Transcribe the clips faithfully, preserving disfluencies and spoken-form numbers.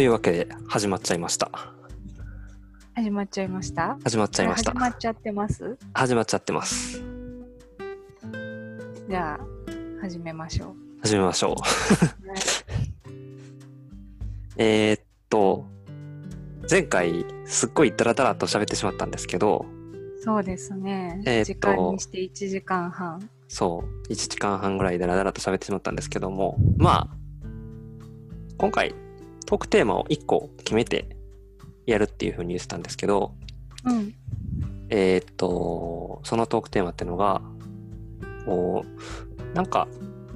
というわけで始まっちゃいました。 始まっちゃいました始まっちゃいました。 始まっちゃってます始まっちゃってます。 じゃあ始めましょう。 始めましょう。えーっと前回すっごいダラダラと喋ってしまったんですけど、 そうですね、 えーっと時間にしていちじかんはん。 そういちじかんはんぐらいダラダラと喋ってしまったんですけども、まあ今回トークテーマをいっこ決めてやるっていう風に言ってたんですけど、 うん、 えーっとそのトークテーマっていうのがこうなんか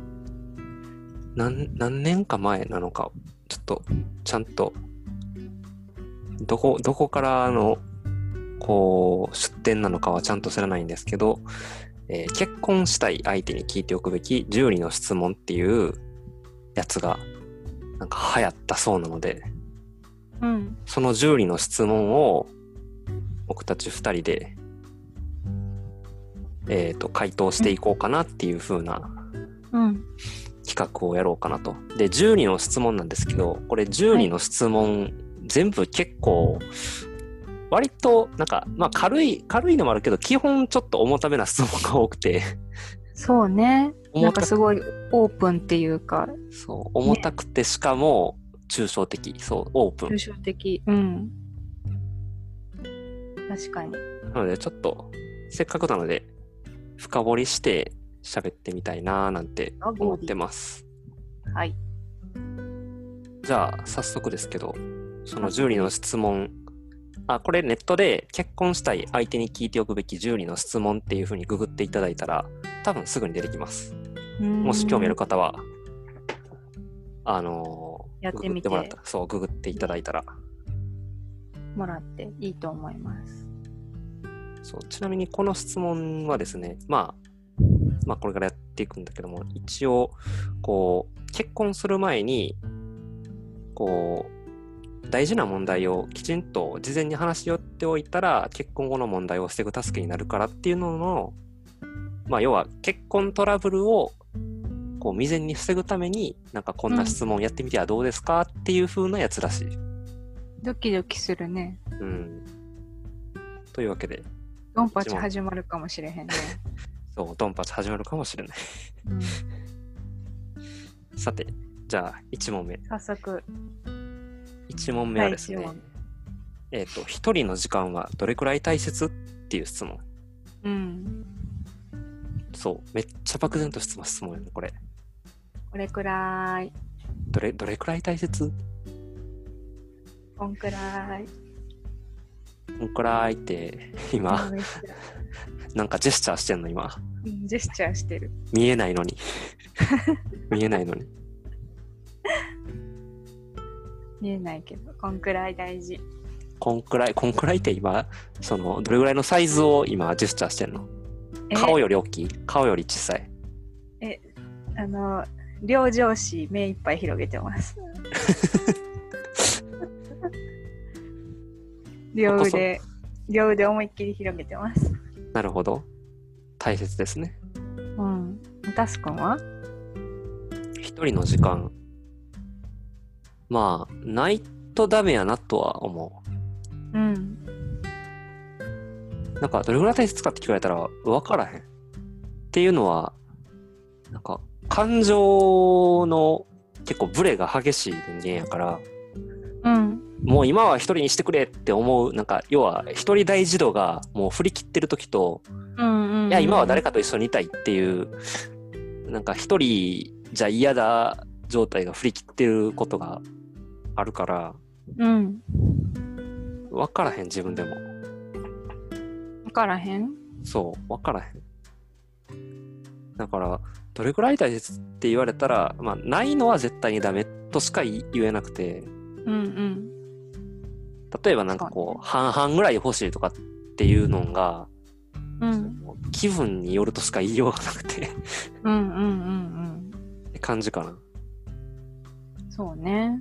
何何年か前なのかちょっとちゃんとどこどこからのこう出典なのかはちゃんと知らないんですけど、えー結婚したい相手に聞いておくべきじゅうにの質問っていうやつがなんか流行ったそうなので、 うん、 そのじゅうにの質問を僕たちふたりでえーと回答していこうかなっていう風なうん、 企画をやろうかなと。でじゅうにの質問なんですけど、これじゅうにの質問、はい、全部結構割となんかまあ軽い軽いのもあるけど、基本ちょっと重ためな質問が多くてそうね、なん重たくかすごいオープンっていうか、 そう重たくて、しかも抽象的、そうオープン、 抽象的、うん、確かに。 なのでちょっとせっかくなので深掘りして喋ってみたいなーなんて思ってます。 はい。 じゃあ早速ですけど、そのじゅうにの質問、あ、これネットで結婚したい相手に聞いておくべきじゅうにの質問っていう風にググっていただいたら多分すぐに出てきます。もし興味ある方はあのー、 やってみてググってもらったそうググっていただいたらもらっていいと思います。 そうちなみにこの質問はですね、まあまあこれからやっていくんだけども、一応こう結婚する前にこう大事な問題をきちんと事前に話し合っておいたら結婚後の問題を防ぐ助けになるからっていうのの、まあ要は結婚トラブルをこう未然に防ぐためになんかこんな質問やってみてはどうですかっていう風なやつらしい。 ドキドキするね。 うん。というわけでドンパチ始まるかもしれへんね。 そうドンパチ始まるかもしれない、うん、さてじゃあいち問目、 早速いち問目はですね、えっと一人の時間はどれくらい大切っていう質問。 うん。 そうめっちゃ漠然と質問質問やねこれ。 これくらい。 どれどれくらい大切？ こんくらい。 こんくらいって今なんかジェスチャーしてんの今。 うん、ジェスチャーしてる。 見えないのに見えないのに。 見えないけど、こんくらい大事。 こんくらい、こんくらいって今、その、どれぐらいのサイズを今、ジェスチャーしてんの？顔より大きい？顔より小さい？ え、あの、両上肢目いっぱい広げてます。両腕、両腕思いっきり広げてます。 なるほど。大切ですね。 うん。タスくんは？ 一人の時間。まあ、ないとダメやなとは思う。うん。 なんか、どれぐらい大切かって聞かれたら分からへん。っていうのは、なんか、感情の結構ブレが激しい人間やから、 うん。 もう今は一人にしてくれって思う、なんか、要は一人大事度がもう振り切ってる時と、 うんうんうん、 いや、今は誰かと一緒にいたいっていう、なんか一人じゃ嫌だ状態が振り切ってることがあるから、 うん。 分からへん、自分でも。 分からへん？ そう、分からへん。だから、どれくらい大切って言われたら、まあ、ないのは絶対にダメとしか言えなくて、 うんうん。 例えばなんかこう、う半々ぐらい欲しいとかっていうのが、 うん、 気分によるとしか言いようがなくてうんうんうんうんって感じかな。 そうね。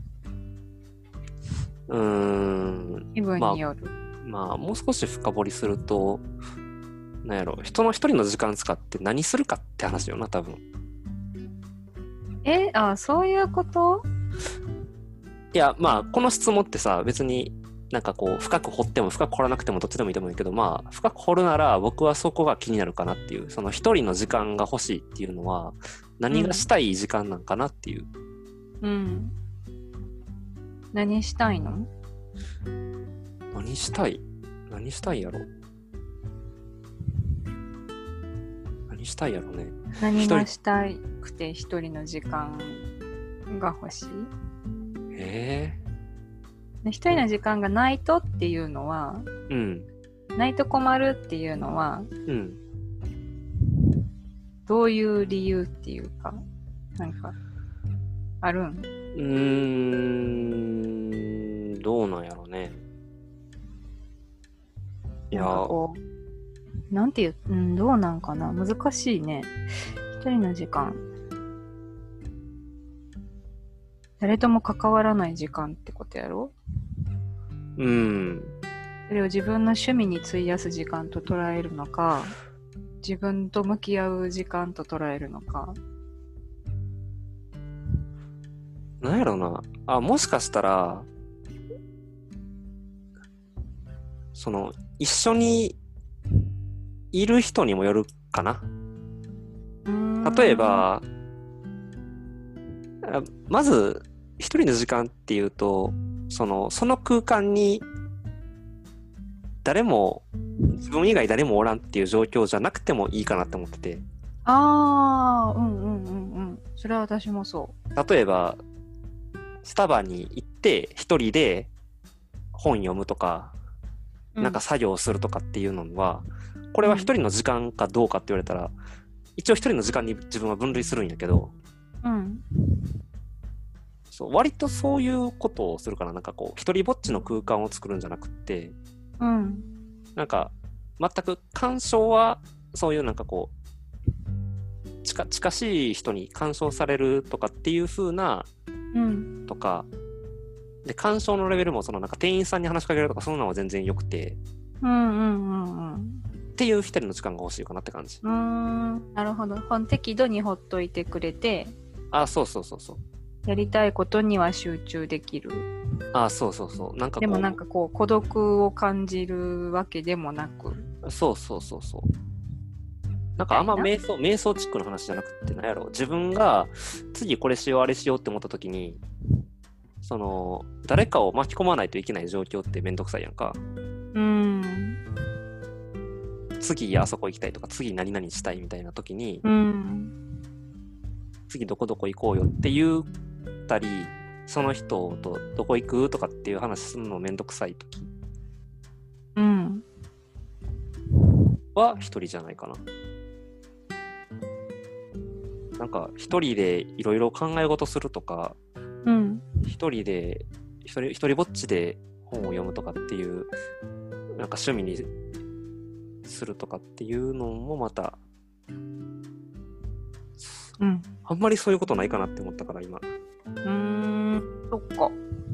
うーん。 気分による。 まあ、まあ、もう少し深掘りすると、なんやろ、人の一人の時間使って何するかって話よな、多分。 え、あ、そういうこと？ いや、まあ、この質問ってさ、別になんかこう、深く掘っても深く掘らなくてもどっちでもいいと思うんだけど、まあ、深く掘るなら僕はそこが気になるかなっていう、その一人の時間が欲しいっていうのは、何がしたい時間なんかなっていう。 うん。何したいの？ 何したい何したいやろ何したいやろね。 何がしたいくて一人の時間が欲しい？ えで一人の時間がないとっていうのは、 ー、うん。 ないと困るっていうのは、 うん。 どういう理由っていうか、なんか、あるん？ うーん、どうなんやろね。いやなんかこう、なんていう、うん、どうなんかな。難しいね。一人の時間。誰とも関わらない時間ってことやろ？ うん。 それを自分の趣味に費やす時間と捉えるのか、自分と向き合う時間と捉えるのか。 なんやろな。あ、もしかしたら、その、一緒にいる人にもよるかな。例えば、まず、一人の時間っていうと、その、その空間に、誰も、自分以外誰もおらんっていう状況じゃなくてもいいかなって思ってて。 ああ、うんうんうんうん。それは私もそう。 例えば、スタバに行って、一人で本読むとか、なんか作業するとかっていうのは、うん、これは一人の時間かどうかって言われたら、一応一人の時間に自分は分類するんやけど、 うん、 そう割とそういうことをするかな。なんかこう一人ぼっちの空間を作るんじゃなくって、 うん、 なんか全く干渉はそういうなんかこう近近しい人に干渉されるとかっていう風な、 うん、 とかで干渉のレベルもそのなんか店員さんに話しかけるとかそんなのは全然よくて、 うんうんうんうんっていう一人の時間が欲しいかなって感じ。 うーん、なるほど。本適度にほっといてくれて、 あ、そうそうそうそう。 やりたいことには集中できる。 あ、そうそうそう。なんかこう。 でもなんかこう孤独を感じるわけでもなく。 そうそうそうそう。なんかあんま瞑想、瞑想チックの話じゃなくて、なんやろ。自分が次これしようあれしようって思った時に、その誰かを巻き込まないといけない状況ってめんどくさいやんか。 うーん。 次あそこ行きたいとか次何々したいみたいな時に、 うん、 次どこどこ行こうよって言ったり、その人とどこ行くとかっていう話するのめんどくさい時は一人じゃないかな。なんか一人でいろいろ考え事するとか、 うん、 一人で一人一人ぼっちで本を読むとかっていうなんか趣味にするとかっていうのもまた、 うん、 あんまりそういうことないかなって思ったから今。 うーん、そっか。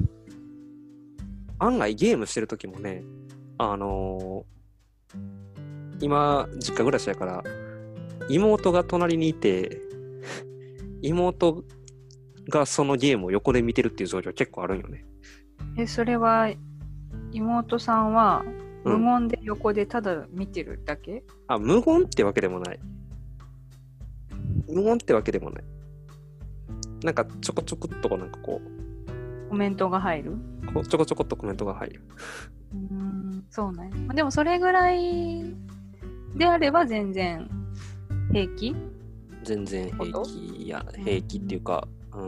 案外ゲームしてる時もね、あのー、今実家暮らしやから妹が隣にいて妹がそのゲームを横で見てるっていう状況結構あるんよね。 え、それは妹さんはうん、 無言で横でただ見てるだけ？ あ、無言ってわけでもない。無言ってわけでもない。なんかちょこちょこっとなんかこうコメントが入る？ こうちょこちょこっとコメントが入る。 うーん、そうね。でもそれぐらいであれば全然平気？ 全然平気。いや平気っていうか、うん。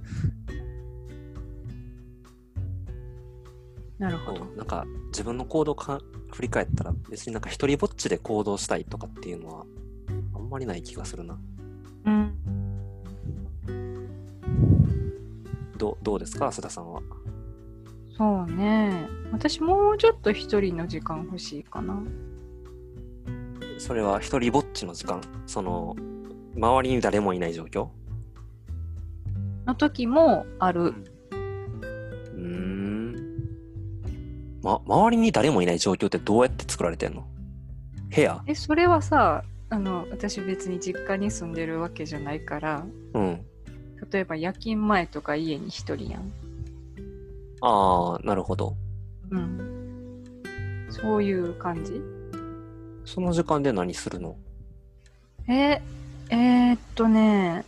なるほど。 なんか自分の行動か振り返ったら別になんか一人ぼっちで行動したいとかっていうのはあんまりない気がするな。 うん。 ど, どうですか、須田さんは。 そうね。私もうちょっと一人の時間欲しいかな。 それは一人ぼっちの時間、その周りに誰もいない状況の時もある。 うん。うーん、ま、周りに誰もいない状況ってどうやって作られてんの？部屋？ え、それはさ、あの私別に実家に住んでるわけじゃないから、 うん。 例えば夜勤前とか家に一人やん。 ああ、なるほど。 うん。そういう感じ。 その時間で何するの？ え、えー、っとね、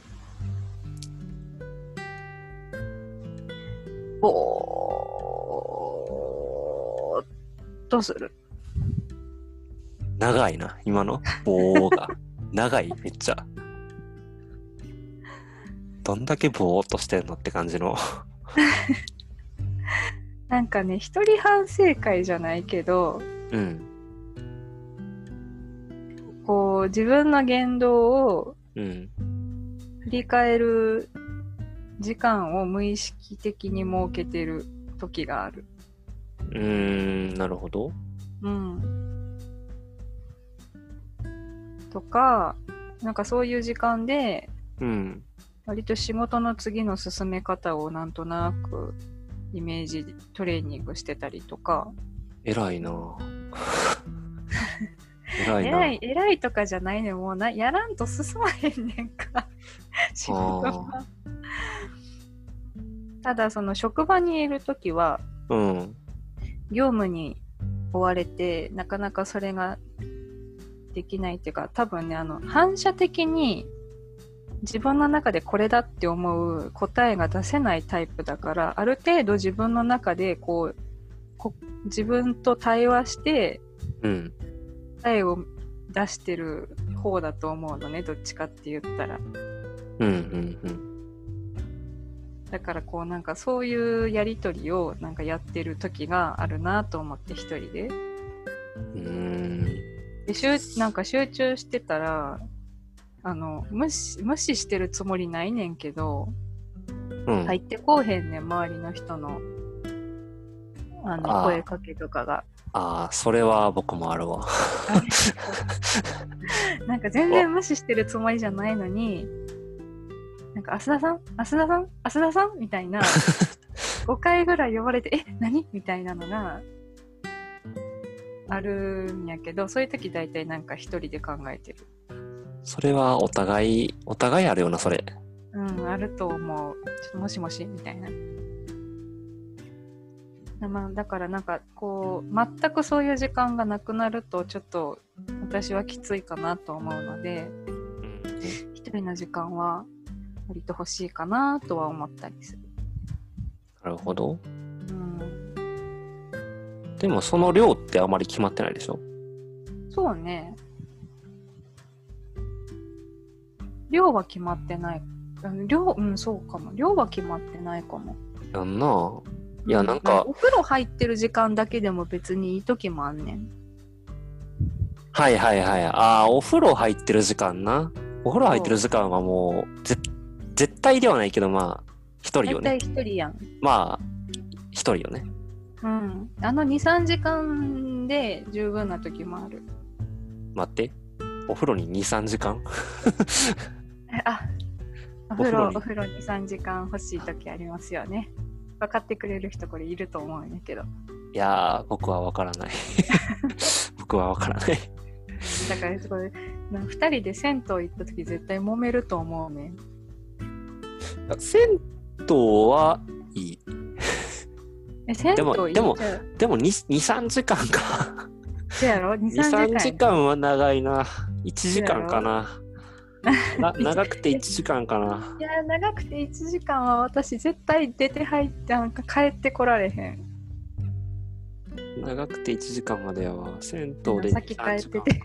ぼーっとする。 長いな、今の棒が。長い、めっちゃ。どんだけぼーっとしてんのって感じの。 なんかね、一人反省会じゃないけど、 うん。 こう、自分の言動をうん。 振り返る時間を無意識的に設けてる時がある。 うーん、なるほど。 うん。とか、なんかそういう時間で、 うん。 割と仕事の次の進め方をなんとなくイメージトレーニングしてたりとか。 偉いな偉いな。 偉い、偉いとかじゃないねん。もうな、やらんと進まへんねんか。仕事は。ただ、その職場にいるときは、 うん。 業務に追われて、なかなかそれができないっていうか、多分ね、あの、反射的に自分の中でこれだって思う答えが出せないタイプだから、ある程度自分の中でこう、こ自分と対話して、 うん。 答えを出してる方だと思うのね、どっちかって言ったら。 うん、うん、うん。 だからこうなんかそういうやりとりをなんかやってる時があるなと思って一人で。 うーん。 で、集なんか集中してたら、あの、無視、無視してるつもりないねんけど、 うん。 入ってこうへんねん、周りの人の、あの、 あ声かけとかが。 ああ、それは僕もあるわ。 なんか全然無視してるつもりじゃないのに、なんか、浅田さん浅田さん浅田さんみたいな、ごかいぐらい呼ばれて、え、何みたいなのがあるんやけど、そういう時大体なんか一人で考えてる。 それはお互い、お互いあるよな、それ。 うん、あると思う。ちょっともしもしみたいな。まあ、だからなんかこう全くそういう時間がなくなるとちょっと私はきついかなと思うので、 うん、 一人の時間は割と欲しいかなとは思ったりする。 なるほど。 うん。 でもその量ってあまり決まってないでしょ？ そうね。量は決まってない。量、うん、そうかも。量は決まってないかも。 やんな。いや、なんか、 お風呂入ってる時間だけでも別にいい時もあんねん。 はいはいはい。ああ、お風呂入ってる時間な。お風呂入ってる時間はもう、ぜ絶対ではないけど、まあ、一人よね。 大体一人やん。 まあ、一人よね。 うん。あのに、さんじかんで十分な時もある。 待って。お風呂にに、さんじかんあ、お風呂、お風呂にさんじかん欲しい時ありますよね。分かってくれる人これいると思うんやけど。 いやー、僕は分からない。僕は分からない。 だからそれふたりで銭湯行った時絶対揉めると思うね。 銭湯はいい。 え、銭湯でも、でも、でもに、さんじかんか。 そうやろ ?に、 さんじかんは長いな。いちじかんかな。な長くていちじかんかな。 いや、長くていちじかんは私絶対出て入ってなんか帰ってこられへん。 長くていちじかんまでやわ。銭湯でさっき帰ってて。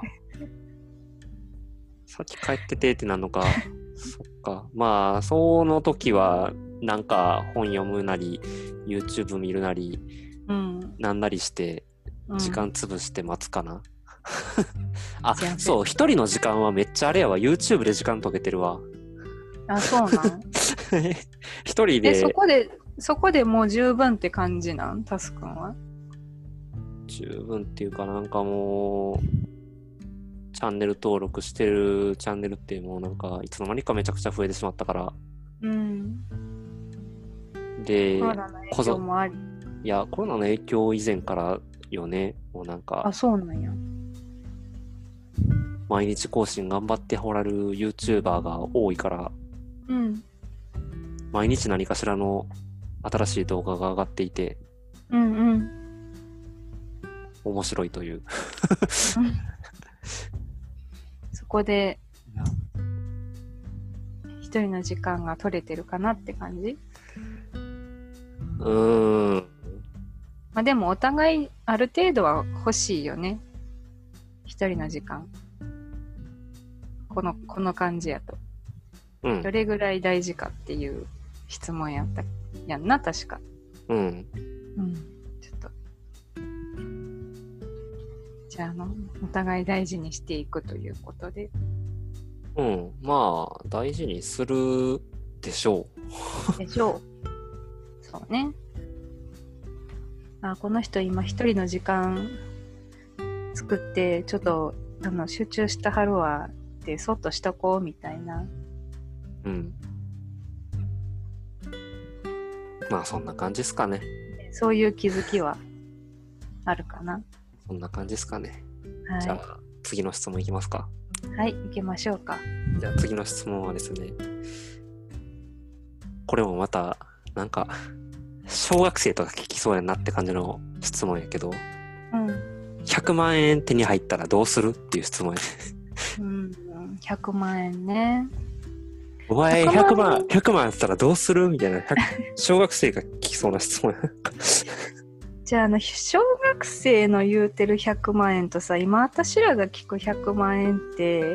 さっき帰っててってなんのか。そっか。まあ、その時は、なんか本読むなり、YouTube 見るなり、 うん、 なんなりして、時間潰して待つかな。うん、あ、 うん、 そう、一人の時間はめっちゃあれやわ。YouTube で時間解けてるわ。 あ、そうなん一人で。 え、そこで、そこでもう十分って感じなんタスくんは？ 十分っていうかなんかもう、チャンネル登録してるチャンネルってもうなんかいつの間にかめちゃくちゃ増えてしまったから。 うん。 で、 コロナの影響もあり。 いや、コロナの影響以前からよね。もうなんか。 あ、そうなんや。 毎日更新頑張っておられる YouTuber が多いから、 うん。 毎日何かしらの新しい動画が上がっていて、 うんうん。 面白いという。 そこで、一人の時間が取れてるかなって感じ？ うーん。 まあでもお互いある程度は欲しいよね。一人の時間。この、この感じやと。 うん。 どれぐらい大事かっていう質問やったやんな、確か。 うん。 うん。ちょっと。じゃあ、あの、お互い大事にしていくということで。 うん。まあ、大事にするでしょう。でしょう。そうね。あ、この人今一人の時間作って、ちょっと、あの、集中したはるわって、そっとしとこうみたいな。 うん。まあ、そんな感じですかね。 そういう気づきはあるかな。 そんな感じですかね。 はい。 じゃあ、次の質問いきますか。 はい、行きましょうか。 じゃあ、次の質問はですね、これもまた、なんか、小学生とか聞きそうやなって感じの質問やけど、 うん。 ひゃくまんえん手に入ったらどうするっていう質問やね。 うん、ひゃくまんえんね。 お前ひゃくまん、ひゃくまんしたらどうするみたいな、小学生が聞きそうな質問や。 じゃあ、あの、小学生の言うてるひゃくまんえんとさ、今私らが聞くひゃくまんえんって、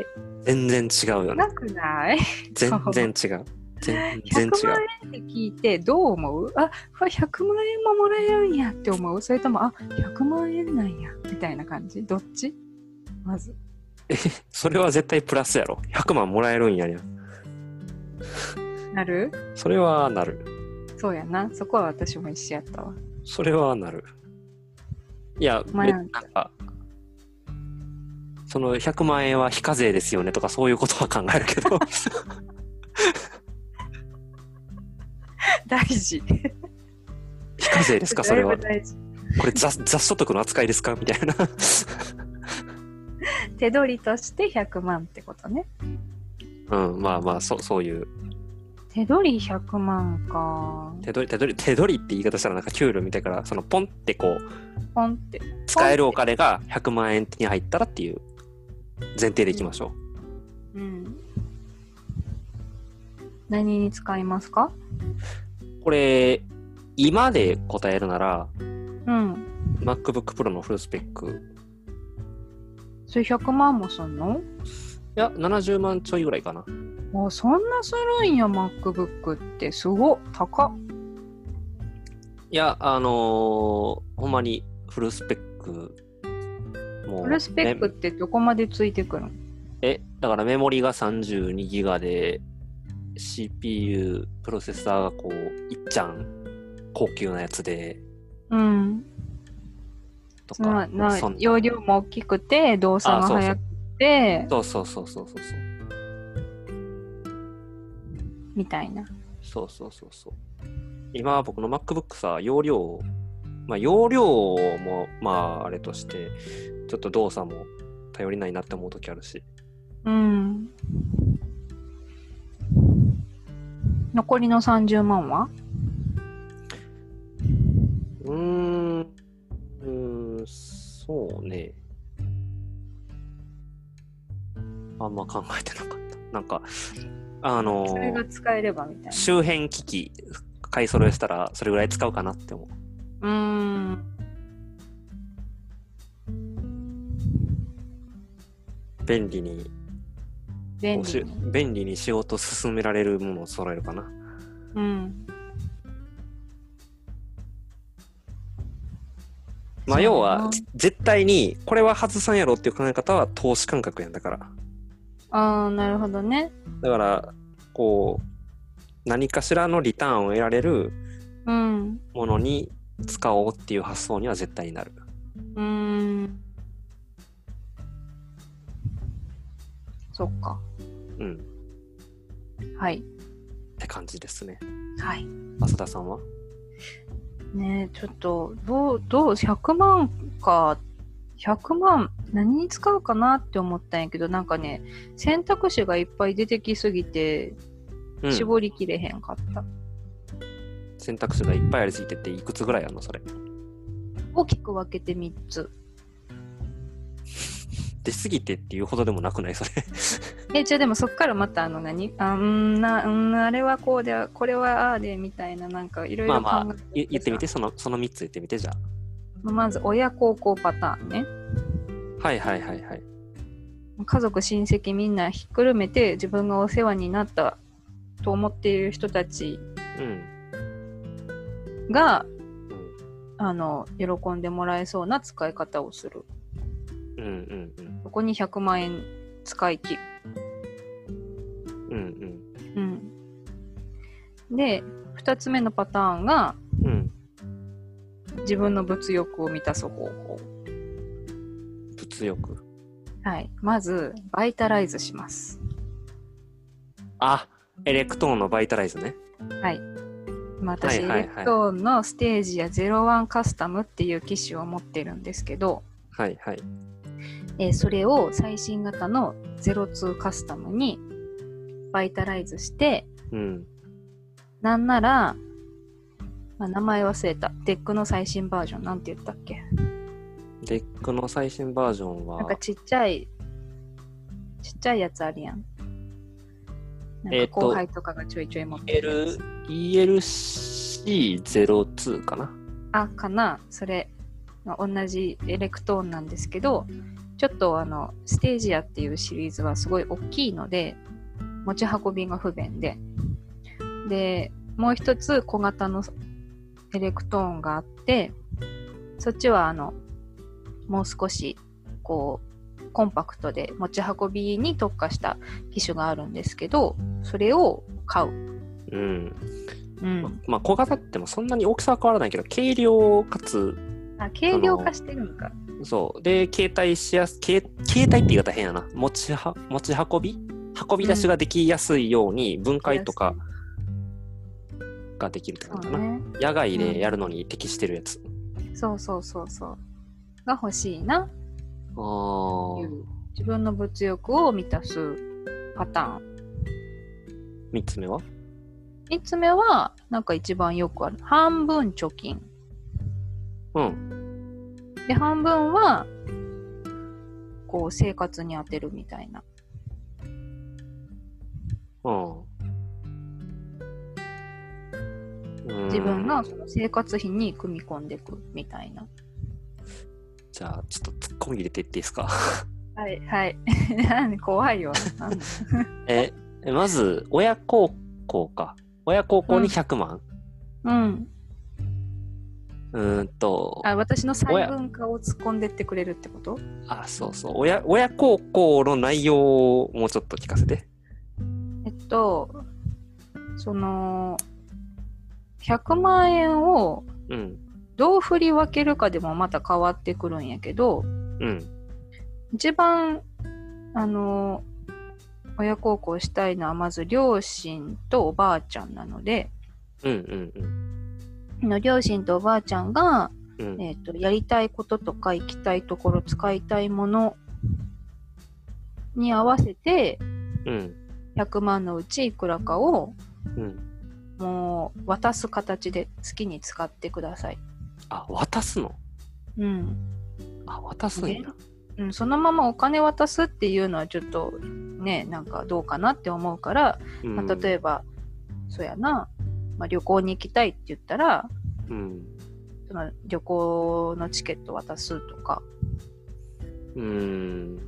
全然違うよね。 なくない全然違う。全然違う。 ひゃくまんえんって聞いてどう思う？あ、ひゃくまんえんももらえるんやって思う？それとも、あ、ひゃくまんえんなんやみたいな感じ？どっち？まず。 え、それは絶対プラスやろ。ひゃくまんもらえるんやにゃ。 なる？ それはなる。 そうやな。そこは私も一緒やったわ。 それはなる。いや、 まあ、 なんか、そのひゃくまんえんは非課税ですよねとかそういうことは考えるけど。 大事。 非課税ですかそれは。 大事。 これ雑雑所得の扱いですかみたいな。 手取りとしてひゃくまんってことね。 うん、まあまあ、そそういう。 手取りひゃくまんか。 手取り、手取り、手取りって言い方したらなんか給料みたいから、そのポンってこう、 ポンって。 使えるお金がひゃくまんえん手に入ったらっていう前提でいきましょう。うん。何に使いますか？ これ、今で答えるなら、 うん。 MacBook Pro のフルスペック。 それひゃくまんもすんの？ いや、ななじゅうまんちょいぐらいかな。 あ、そんなするんや、MacBook って。すごっ、高っ。 いや、あのー、ほんまにフルスペック。もうフルスペックってどこまでついてくるの？ え、だからメモリがさんじゅうにギガで、シーピーユー、プロセッサーがこう、いっちゃん高級なやつで、 うん。 とか、 なな容量も大きくて、動作が速くて、 そうそうそうそうそうそう。 みたいな。 そうそうそうそう。今僕の MacBook さ、容量、まあ容量もまああれとして、ちょっと動作も頼りないなって思うときあるし。 うん。残りのさんじゅうまんは？ うーん、うーん、そうね。あんま考えてなかった。なんか、あのー、 それが使えればみたいな。 周辺機器買い揃えしたらそれぐらい使うかなって思う。 うーん。 便利に便利に。 便利に仕事進められるものを揃えるかな。 うん。 まあ要は絶対にこれは外さんやろっていう考え方は投資感覚やんだから。 ああ、なるほどね。 だからこう何かしらのリターンを得られるものに使おうっていう発想には絶対になる。 うーん。そっか。 うん。 はい。 って感じですね。 はい。 浅田さんは？ ねえ、ちょっと、どう、どう、ひゃくまんか、ひゃくまん、何に使うかなって思ったんやけど、なんかね、選択肢がいっぱい出てきすぎて、 うん、 絞りきれへんかった。 選択肢がいっぱいありすぎてて、いくつぐらいあるのそれ？ 大きく分けてみっつ。 出すぎてっていうほどでもなくないそれ？ え、じゃあでもそっからまたあの何あんな、うん、あれはこうで、これはああでみたいな、なんかいろいろ考えて。 まあまあ、言ってみて、その、そのみっつ言ってみて、じゃあ。 まず親孝行パターンね。 はいはいはいはい。 家族親戚みんなひっくるめて自分がお世話になったと思っている人たちが、うん、あの喜んでもらえそうな使い方をする。 うんうんうん。 そこにひゃくまんえん使い切る。 うんうん。うん。で、ふたつめのパターンが、 うん、 自分の物欲を満たす方法。 物欲。 はい。まず、バイタライズします。 あ、エレクトーンのバイタライズね。 はい。まあ、私、 はいはいはい、 エレクトーンのステージやゼロワンカスタムっていう機種を持ってるんですけど、 はいはい。えー、それを最新型のゼロツーカスタムにバイタライズして、 うん、 なんなら、まあ、名前忘れた。デックの最新バージョン、なんて言ったっけ？ デックの最新バージョンは、 なんかちっちゃい、ちっちゃいやつあるやん。なんか後輩とかがちょいちょい持ってるやつ。 イーエルシーゼロツー かな？ あ、かな。それ、まあ、同じエレクトーンなんですけど、ちょっとあの、ステージアっていうシリーズはすごい大きいので、持ち運びが不便で。で、もう一つ小型のエレクトーンがあって、そっちはあの、もう少しこうコンパクトで持ち運びに特化した機種があるんですけど、それを買う。 うん。 うん。ま、 まあ小型ってもそんなに大きさは変わらないけど、軽量かつ、 あ、軽量化してるんか。 そうで、携帯しやす、携携帯って言い方変やな。持ちは持ち運び運び出しができやすいように分解とかができるって感じかな、ね、野外でやるのに適してるやつ、 うん、そうそうそうそうが欲しいな。 あー、 自分の物欲を満たすパターン。 みっつめはみっつめはなんか一番よくある半分貯金。 うんで半分はこう生活に充てるみたいな。 うん、 自分のその生活費に組み込んでいくみたいな。 じゃあちょっとツッコミ入れていっていいですか？ はいはい怖いよえまず親孝行か。親孝行にひゃくまん、 うん、 うーんとあ、私の細分化を突っ込んでってくれるってこと？ あ、そうそう、親親孝行の内容をもうちょっと聞かせて。 えっとそのひゃくまんえんをどう振り分けるかでもまた変わってくるんやけど、 うん、 一番あの親孝行したいのはまず両親とおばあちゃんなので、 うんうんうん、 の両親とおばあちゃんが、 うんえーと、やりたいこととか行きたいところ使いたいものに合わせて、 うん、 ひゃくまんのうちいくらかを、 うん、 もう渡す形で好きに使ってください。 あ、渡すの？ うん。 あ、渡すんや。 うん、そのままお金渡すっていうのはちょっとね、なんかどうかなって思うから、うん、まあ、例えばそうやな、まあ、旅行に行きたいって言ったら、 うん、 その旅行のチケット渡すとか、 うーん、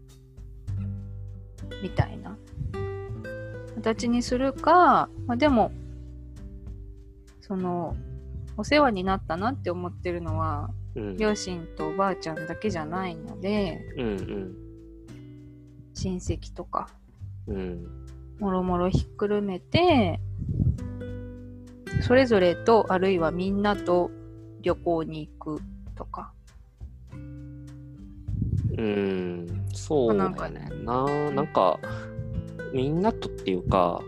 みたいな形にするか、まあ、でもそのお世話になったなって思ってるのは、うん、両親とおばあちゃんだけじゃないので、うんうん、親戚とか、うん、もろもろひっくるめてそれぞれと、あるいはみんなと旅行に行くとか。 うーん、そうだよね。な、なんかみんなとっていうか、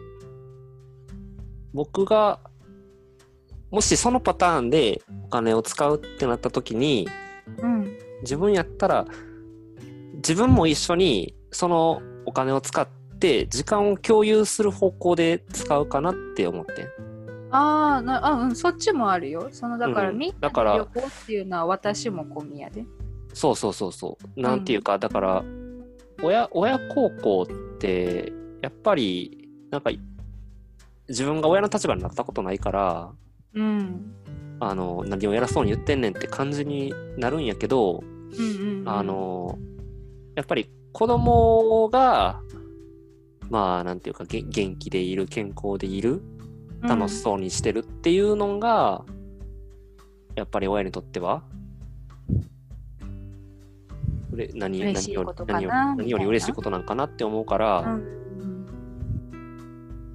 僕がもしそのパターンでお金を使うってなった時に、うん、自分やったら自分も一緒にそのお金を使って時間を共有する方向で使うかなって思って。 あーなあ、うん、そっちもあるよ。そのだから、 うんみんなだからで旅行っていうのは私も込みやで。 そうそうそうそう。なんていうか、だから、親、親孝行って、やっぱり、なんか、自分が親の立場になったことないから、 うん。 あの、何を偉そうに言ってんねんって感じになるんやけど、 うんうんうん、 あの、やっぱり子供が、まあ、なんていうか、げ元気でいる、健康でいる、楽しそうにしてるっていうのが、うん、やっぱり親にとっては、何, 何, 何, よ何, よ何より嬉しいことなんかなって思うから、うん、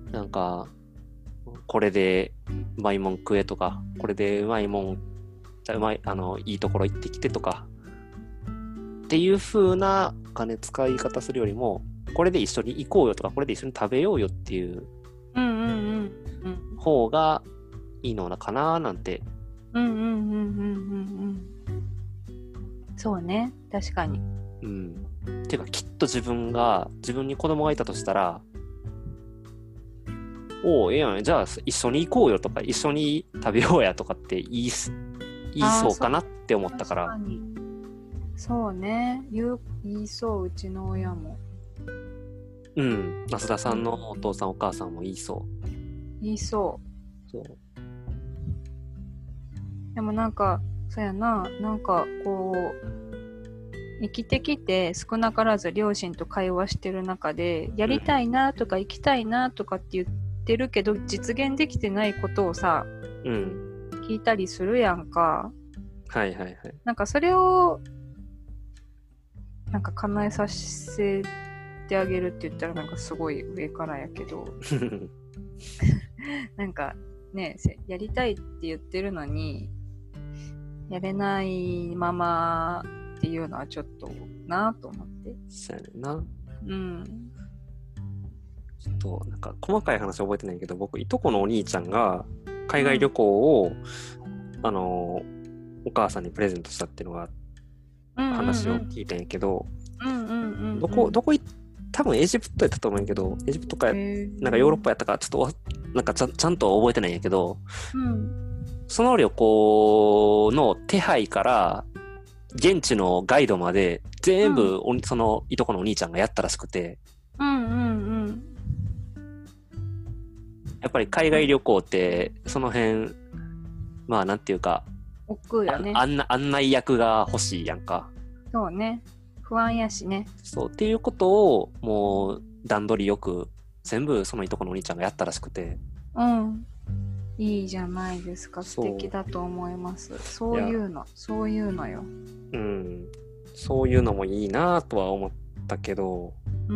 なんかこれでうまいもん食えとか、これでうまいもんじゃうまいあのいいところ行ってきてとかっていう風な金使い方するよりも、これで一緒に行こうよとか、これで一緒に食べようよっていう方がいいのかななんて。 うんうんうんうんうんうん。そうね、確かに。 うん。ていうか、きっと自分が、自分に子供がいたとしたら、おう、ええやん、じゃあ一緒に行こうよとか、一緒に食べようやとかって言い、言いそうかなって思ったから。 確かにそうね、言う、言いそう、うちの親も。 うん、増田さんのお父さんお母さんも言いそう。 言いそう。 そう。 でもなんか、そうやな、なんかこう、生きてきて少なからず両親と会話してる中で、やりたいなとか行きたいなとかって言ってるけど、実現できてないことをさ、 うん、 聞いたりするやんか。 はいはいはい。 なんかそれを、なんか叶えさせてあげるって言ったらなんかすごい上からやけど、なんかね、やりたいって言ってるのに、やれないままっていうのはちょっとなと思って。 そうやねんな。 うん。 ちょっとなんか細かい話覚えてないけど、僕いとこのお兄ちゃんが海外旅行を、うん、あのお母さんにプレゼントしたっていうのが話を聞いたんやけど、どこどこ行多分エジプトやったと思うんやけど、エジプトかなんかヨーロッパやったかちょっとなんかちゃちゃんと覚えてないんやけど。うんその旅行の手配から現地のガイドまで全部、うん、そのいとこのお兄ちゃんがやったらしくて、 うんうんうん、 やっぱり海外旅行ってその辺まあなんていうか億劫やね。 案内役が欲しいやんか。 そうね、不安やしね。 そうっていうことをもう段取りよく全部そのいとこのお兄ちゃんがやったらしくて、 うんいいじゃないですか。素敵だと思います。そういうの、そういうのよ。 うん、そういうのもいいなとは思ったけど、うん、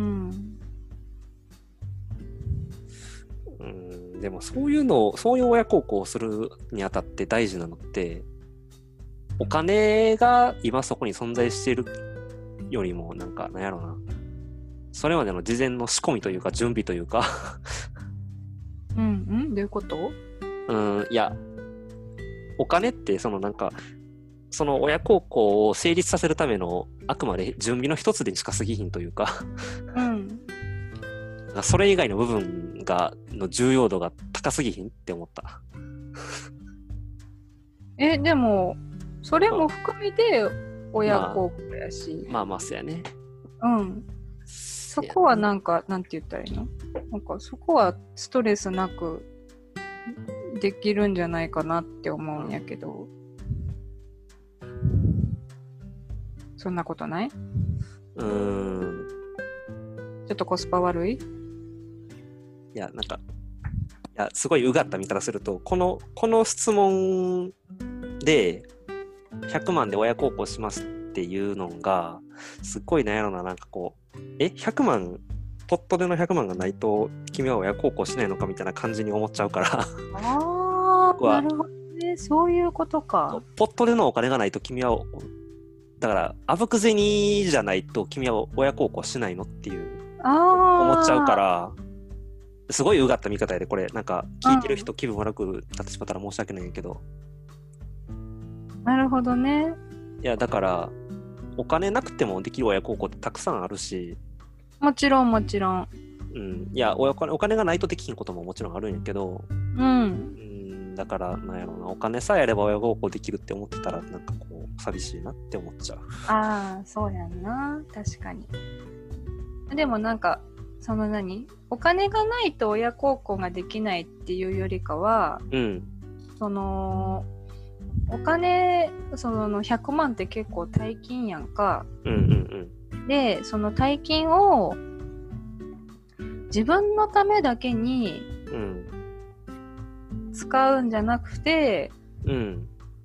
うん、でもそういうのを、そういう親孝行をするにあたって大事なのって、お金が今そこに存在しているよりも、なんか、なんやろな、それまでの事前の仕込みというか、準備というかうん、うんどういうこと？ うん、いや、お金ってそのなんかその親孝行を成立させるためのあくまで準備の一つでしか過ぎひんというか、うん、それ以外の部分がの重要度が高すぎひんって思った。 えでもそれも含めて親孝行やし、 まあ、まあまあそうやね。 うんそこはなんかなんて言ったらいいの？なんかそこはストレスなくできるんじゃないかなって思うんやけど、そんなことない？うーんちょっとコスパ悪い？ いやなんかいやすごいうがった見方するとこのこの質問でひゃくまんで親孝行しますっていうのがすっごいなんやろな、なんかこうえひゃくまんポットでのひゃくまんがないと君は親孝行しないのかみたいな感じに思っちゃうから。 ああなるほどね、そういうことか。 ポットでのお金がないと君はだからあぶく銭じゃないと君は親孝行しないのっていう思っちゃうから、すごいうがった見方でこれなんか聞いてる人気分悪くなってしまったら申し訳ないんやけど。 なるほどね。 いやだからお金なくてもできる親孝行ってたくさんあるし、 もちろんもちろん、 うん、いやお金、お金がないとできひんことももちろんあるんやけど、うん、うん、 だからなんやろうな、お金さえあれば親孝行できるって思ってたらなんかこう寂しいなって思っちゃう。 ああ、そうやんな。確かに。でもなんか、その何お金がないと親孝行ができないっていうよりかは、 うん。 その、お金、そのひゃくまんって結構大金やんか。 うんうんうん。 で、その大金を自分のためだけに使うんじゃなくて、 うん。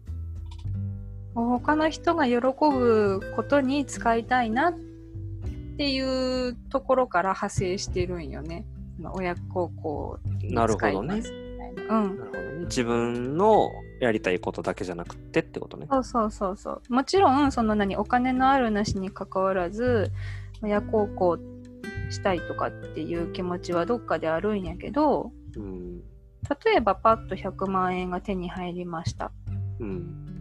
他の人が喜ぶことに使いたいなっていうところから派生してるんよね。親孝行に使いますみたいな。うん。 なるほどね。自分のやりたいことだけじゃなくてってことね。 そうそうそうそう。もちろんその何お金のあるなしに関わらず親孝行したいとかっていう気持ちはどっかであるんやけど、 うん、 例えばパッとひゃくまんえんが手に入りました。 うん、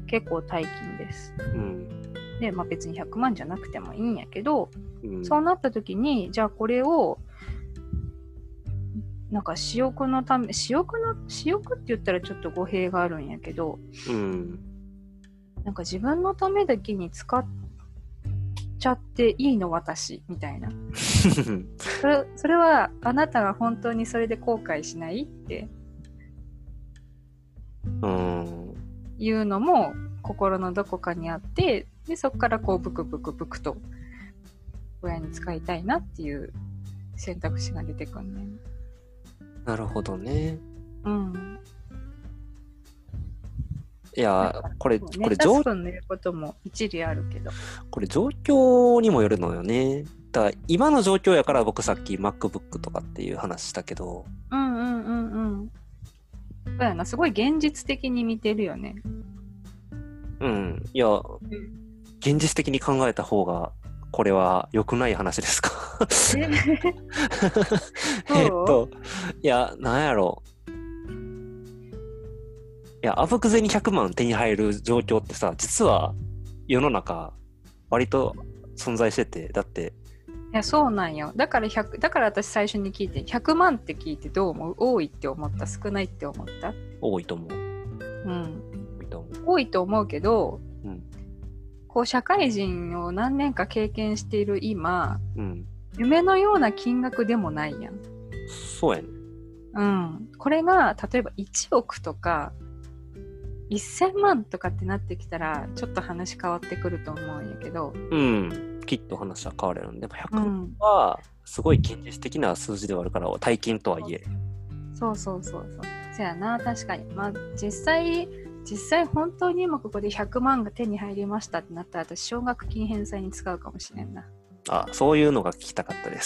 結構大金です。 うん、 で、まあ別にひゃくまんじゃなくてもいいんやけど、 うん、 そうなった時にじゃあこれをなんか私欲のため、私欲の、私欲って言ったらちょっと語弊があるんやけど、 うん、 なんか自分のためだけに使っちゃっていいの私みたいな。それ、それはあなたが本当にそれで後悔しないっていうのも心のどこかにあって、でそこからこうブクブクブクと親に使いたいなっていう選択肢が出てくるね。 なるほどね。 うん。 いや、これ、 ね、 これ、 タス君の言うことも一理あるけど。 これ、状況にもよるのよね。だから今の状況やから僕さっき MacBook とかっていう話したけど。 うんうんうんうん。そうやな、すごい現実的に見てるよね。 うん。いや、うん、現実的に考えた方が、これは良くない話ですか？えっと、いや、なんやろう。いや、あぶくぜにひゃくまん手に入る状況ってさ、実は世の中、割と存在してて、だって。 いや、そうなんよ。だからひゃく、だから私最初に聞いて、ひゃくまんって聞いてどう思う？多いって思った？少ないって思った？ 多いと思う。うん。 多いと思う。多いと思うけど、うん、こう社会人を何年か経験している今、うん、夢のような金額でもないやん。 そうやね。 うん。これが例えばいちおくとかせんまんとかってなってきたらちょっと話変わってくると思うんやけど、 うん。きっと話は変われるんで、ひゃくまんはすごい現実的な数字ではあるから、大金とはいえ。 そうそうそうそう。そやな、確かに。まあ実際実際本当に今ここでひゃくまんが手に入りましたってなったら私奨学金返済に使うかもしれんな。 あ、そういうのが聞きたかったです。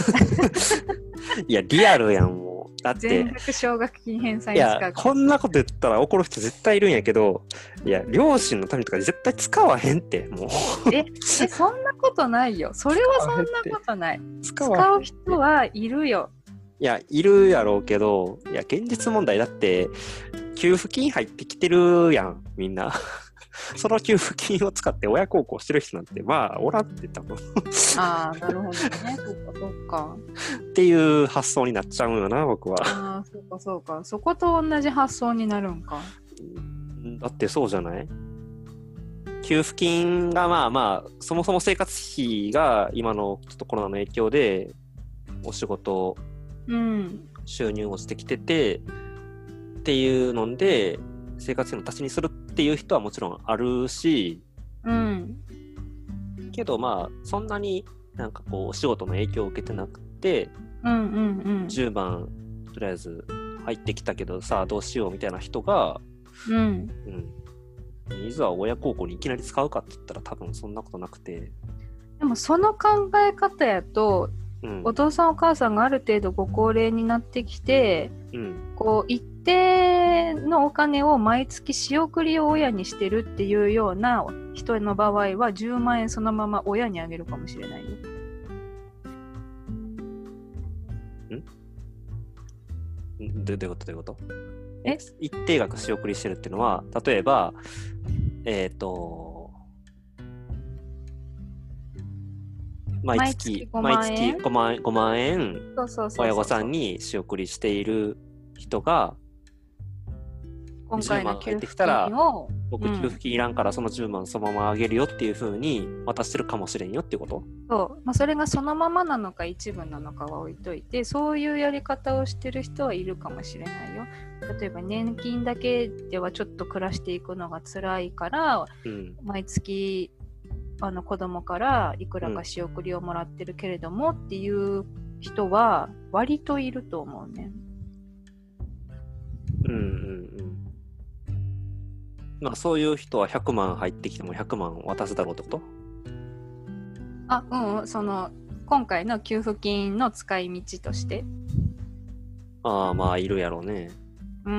いやリアルやんもう。だって全額奨学金返済に使うかもしれん。 いやこんなこと言ったら怒る人絶対いるんやけど、いや両親のためとか絶対使わへんってもう。 ええそんなことないよ。それはそんなことない。使う人はいるよ。 いやいるやろうけど、いや現実問題だって給付金入ってきてるやんみんな。その給付金を使って親孝行してる人なんてまあおらんって多分。 ああなるほどね。そうかそうか。 っていう発想になっちゃうよな僕は。 ああそうかそうか。そこと同じ発想になるんか。 だってそうじゃない？給付金がまあまあそもそも生活費が今のちょっとコロナの影響でお仕事、うん、収入落ちてきててっていうので生活費の足しにするっていう人はもちろんあるし、うん、けどまあそんなになんかこうお仕事の影響を受けてなくて、うんうんうん、じゅうばんとりあえず入ってきたけどさあどうしようみたいな人が、うんうん、いざ親孝行にいきなり使うかって言ったら多分そんなことなくて。 でもその考え方やと、うん、お父さんお母さんがある程度ご高齢になってきて、うん、こう一定のお金を毎月仕送りを親にしてるっていうような人の場合はじゅうまんえんそのまま親にあげるかもしれないよ。 ん？どういうことどういうこと？え？一定額仕送りしてるっていうのは例えばえっと毎月毎月ごまんえんごまんえん親御さんに仕送りしている人が今回の給入って付きたら金を、 僕給付金いらんからそのじゅうまんそのままあげるよっていう風に渡してるかもしれんよっていうこと？ そう、まあ、それがそのままなのか一部なのかは置いといて、そういうやり方をしてる人はいるかもしれないよ。例えば年金だけではちょっと暮らしていくのが辛いから、 うん、 毎月あの子供からいくらか仕送りをもらってるけれどもっていう人は割といると思うね。 うんうんうん。まあそういう人はひゃくまん入ってきてもひゃくまん渡すだろうってこと？ あ、うん、うん、その今回の給付金の使い道として。 ああ、まあいるやろうね。 うん。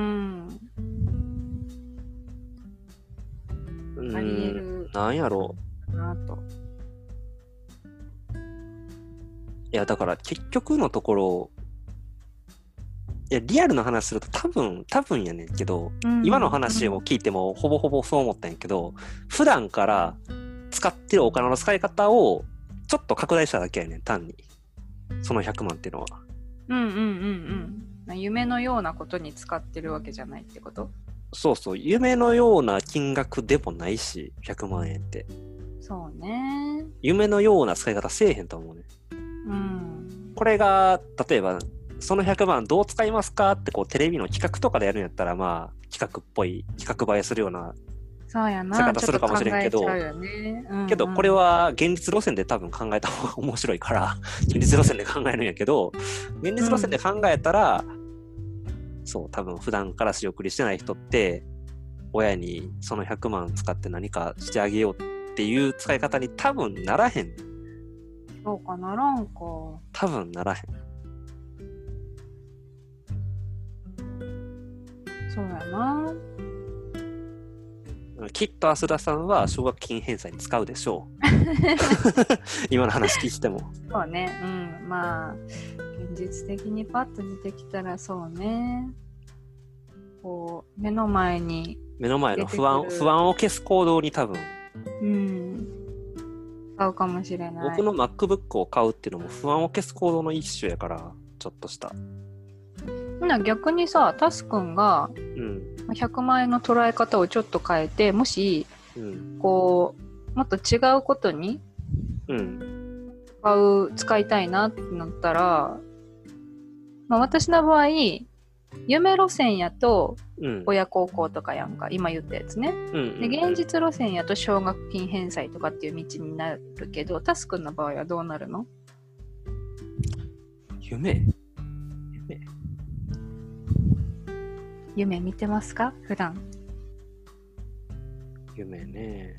うーん、 ありえるなんやろなと。 う。いやだから結局のところ、いやリアルな話すると多分多分やねんけど、 うん、 今の話を聞いてもほぼほぼそう思ったんやけど、普段から使ってるお金の使い方をちょっと拡大しただけやねん、単にそのひゃくまんっていうのは。 うんうんうんうん。夢のようなことに使ってるわけじゃないってこと？ そうそう、夢のような金額でもないし、ひゃくまんえんってそうね。 夢のような使い方せえへんと思うね。 うん。 これが例えばそのひゃくまんどう使いますかってこうテレビの企画とかでやるんやったら、まあ企画っぽい企画映えするようなそうやな。 使い方するかもしれんけど、 ちょっと考えちゃうよね。うんうん、 けどこれは現実路線で多分考えた方が面白いから現実路線で考えるんやけど、現実路線で考えたら、うん、そう多分普段から仕送りしてない人って親にそのひゃくまん使って何かしてあげようっていう使い方に多分ならへん。 そうかならんか。 多分ならへん。 そうやな。 きっと浅田さんは奨学金返済に使うでしょう。今の話聞いても。 そうね。うん。まあ現実的にパッと出てきたらそうね。こう目の前に目の前の不安不安を消す行動に多分。 うん。使うかもしれない。 僕の MacBook を買うっていうのも不安を消す行動の一種やから、ちょっとした。 な逆にさ、タスくんがひゃくまん円の捉え方をちょっと変えて、もし、うん、こうもっと違うことに使う、使いたいなってなったら、まあ、私の場合夢路線やと親孝行とかやんか、今言ったやつね、うんうんうん、で現実路線やと奨学金返済とかっていう道になるけど、タスくんの場合はどうなるの？ 夢夢夢見てますか普段？ 夢ね。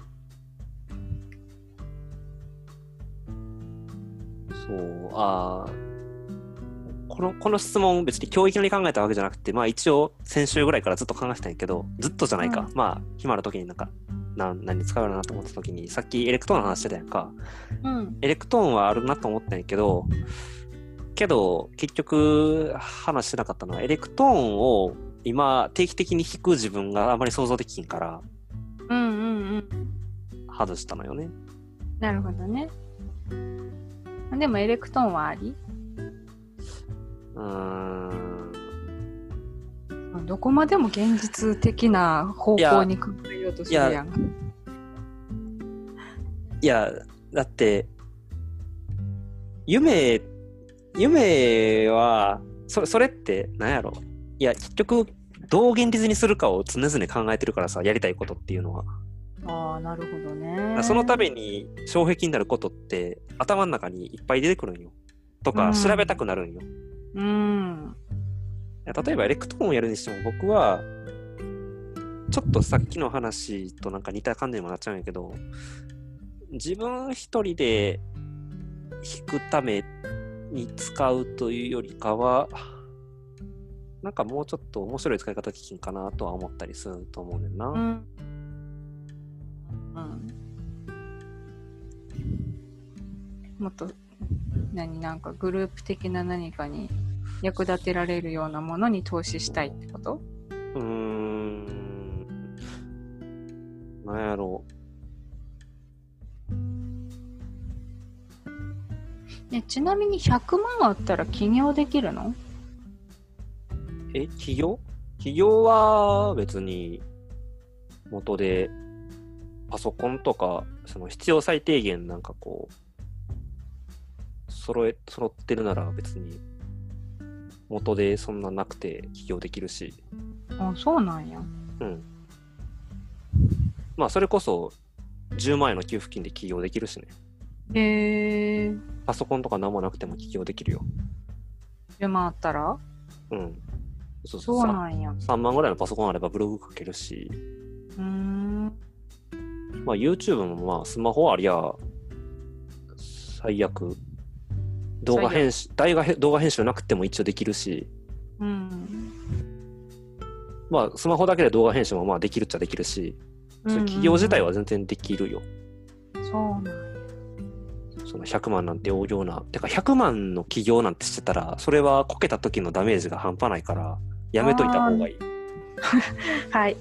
そう、ああ、このこの質問別に今日いきなり考えたわけじゃなくて、まあ一応先週ぐらいからずっと考えてたんやけど、ずっとじゃないか、うん、まあ暇な時になんかな何使うなと思った時に、さっきエレクトーンの話してたやんか、うん、エレクトーンはあるなと思ったんやけど、けど結局話してなかったのは、エレクトーンを今定期的に弾く自分があまり想像できんから、 うんうんうん、 外したのよね。 なるほどね。でもエレクトーンはあり？ うーん、 どこまでも現実的な方向に考えようとするやん。 いや、いやだって夢夢はそれ、それって何やろ。いや結局どう現実にするかを常々考えてるからさ、やりたいことっていうのは。 ああ、なるほどね。 そのために障壁になることって頭の中にいっぱい出てくるんよ。とか、うん、調べたくなるんよ。 うん。 例えばエレクトーンをやるにしても、僕はちょっとさっきの話となんか似た感じにもなっちゃうんやけど、自分一人で弾くために使うというよりかは、なんかもうちょっと面白い使い方できんかなとは思ったりすると思うねんな。うんうん、 もっと何なんかグループ的な何かに役立てられるようなものに投資したいってこと？ うーん、なんやろう、ね、ちなみにひゃくまんあったら起業できるの？ え、起業？ 企業は別に元でパソコンとかその必要最低限なんかこう揃え揃ってるなら別に元でそんななくて起業できるし。 あ、そうなんや。 うん。まあそれこそじゅうまんえんの給付金で起業できるしね。 へえ。 パソコンとか何もなくても起業できるよ。 じゅうまんあったら？ うん。そうそうなんや。 さんまんぐらいのパソコンあればブログ書けるし。 うーん。 まあ YouTube もまあスマホありゃ最悪動画編集動画動画編集なくても一応できるし。 うん。 まあスマホだけで動画編集もまあできるっちゃできるし、それ企業自体は全然できるよ。 そうなんや。 そのひゃくまんなんて大量な、てかひゃくまんの企業なんてしてたら、それはこけた時のダメージが半端ないから、やめといた方がいい。 はい。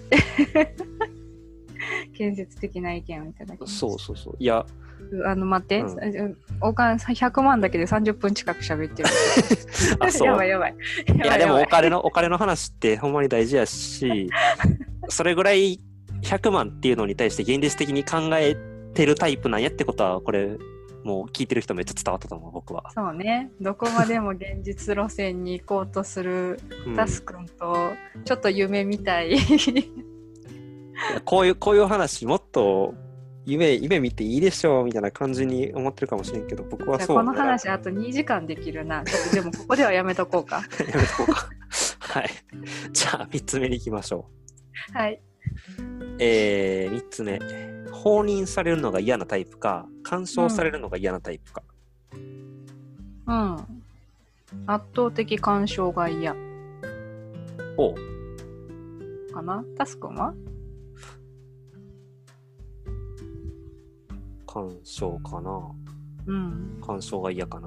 建設的な意見をいただきます。 そうそうそう。いや、 あの待って、うん、お金ひゃくまんだけでさんじゅっぷん近く喋ってる。 あ、そう。 やばいやばい。 いやでもお金のお金の話ってほんまに大事やし、それぐらいひゃくまんっていうのに対して現実的に考えてるタイプなんやってことはこれもう聞いてる人めっちゃ伝わったと思う僕は。 そうね。どこまでも現実路線に行こうとするタス君とちょっと夢みたい。 こういうこういう話もっと夢夢見ていいでしょうみたいな感じに思ってるかもしれんけど、僕はそう。 この話あとにじかんできるな。ちょっとでもここではやめとこうか。 やめとこうか。はい。じゃあみっつめに行きましょう。はい。 えー、みっつめ。放任されるのが嫌なタイプか、干渉されるのが嫌なタイプか。 うん。うん、圧倒的干渉が嫌。 おう。 かな？タス君は？ 干渉かな。 うん。 干渉が嫌かな。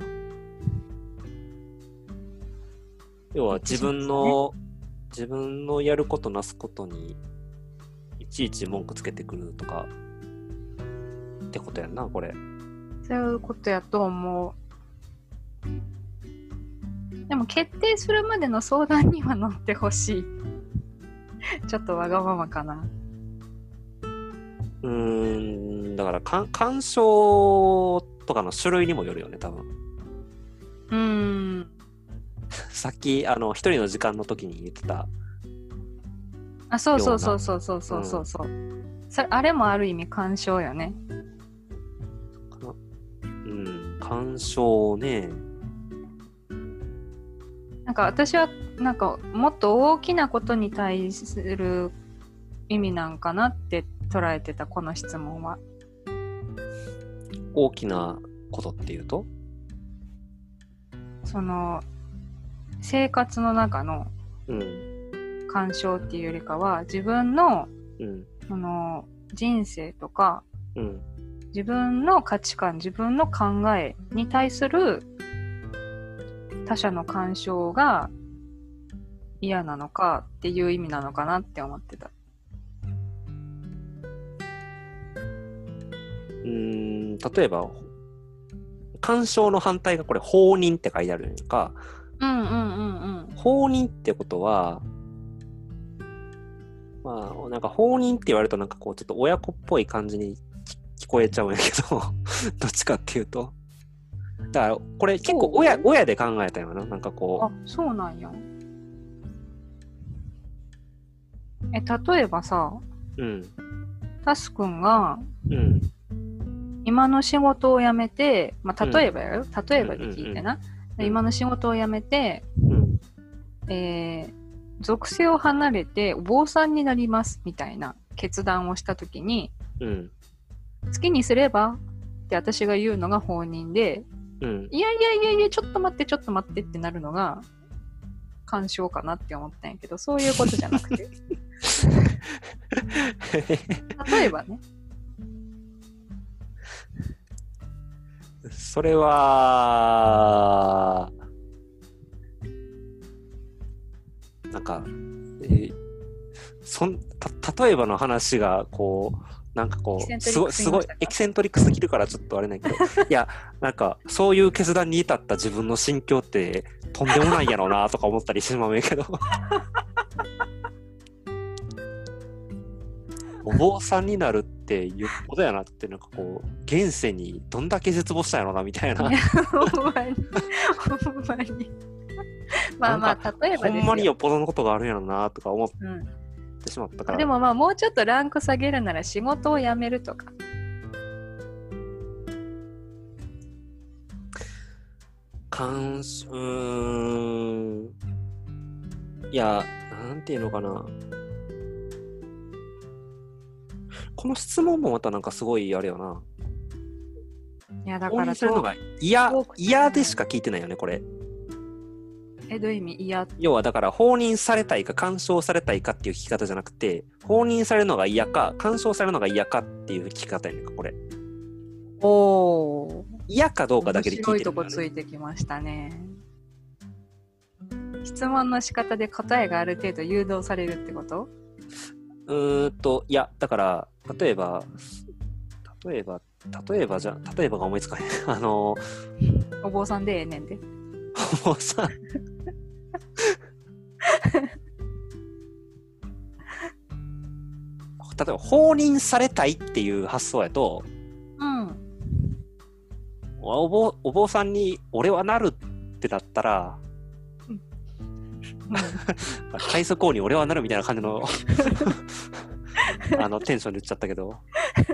要は自分の、ね、自分のやることなすことにいちいち文句つけてくるとかってことやんな、これ。 そういうことやと思う。でも決定するまでの相談には乗ってほしい。ちょっとわがままかな。 うーん、だからか干渉とかの種類にもよるよね、多分。 うーん。 さっきあの一人の時間の時に言ってた。 あ、そうそうそうそうそうそうそうそう、うん、それあれもある意味干渉よね。 うん、干渉ね。 なんか私はなんかもっと大きなことに対する意味なんかなって捉えてた、この質問は。 大きなことっていうと？ その生活の中の干渉っていうよりかは、自分の、うん、その人生とか、うん、自分の価値観、自分の考えに対する他者の干渉が嫌なのかっていう意味なのかなって思ってた。 うーん、例えば干渉の反対がこれ放任って書いてあるんやんか。 うんうんうんうん。 放任ってことは、まあなんか放任って言われるとなんかこうちょっと親子っぽい感じに聞こえちゃうんやけどどっちかっていうと、だからこれ結構親親で考えたよな、なんかこう。 あ、そうなんや。え、例えばさ、うん、タスくんが、うん、今の仕事を辞めて、まあ例えばやよ、うん、例えばで聞いてな、うんうんうん、今の仕事を辞めて、うん、えー、属性を離れてお坊さんになりますみたいな決断をしたときに、うん、好きにすればって私が言うのが放任で、うん、いやいやいやいやちょっと待ってちょっと待ってってなるのが干渉かなって思ったんやけど、そういうことじゃなくて例えばね、 それはなんか、えー、そんた例えばの話がこうなんかこうすごいすごいエキセントリックすぎるからちょっとあれないけどいやなんかそういう決断に至った自分の心境ってとんでもないやろうなとか思ったりしてしまうんやけどお坊さんになるってよっぽどやなって、なんかこう現世にどんだけ絶望したんやろなみたいな。 いやほんまにほんまにまあまあ例えばですよ、 ほんまによっぽどのことがあるんやろなとか思うん、 ってしまったから。 でもまあもうちょっとランク下げるなら仕事を辞めるとか。 感しうーんいや、なんていうのかな、この質問もまたなんかすごいあれよな。 いやだか応ら援するのが嫌そう嫌でしか聞いてないよねこれ。 えどういう意味？嫌。 要はだから放任されたいか干渉されたいかっていう聞き方じゃなくて、放任されるのが嫌か干渉されるのが嫌かっていう聞き方やねんかこれ。 おお。 嫌かどうかだけで聞いてるんだよね。 面白いとこついてきましたね。質問の仕方で答えがある程度誘導されるってこと？ うーんといやだから例えば例えば例えばじゃ例えばが思いつかへんあのお坊さんでええねんで。 お坊さん例えば放任されたいっていう発想やと、 うんお坊、お坊さんに俺はなるってなったら、 うん、 海賊王に俺はなるみたいな感じのあのテンションで言っちゃったけど、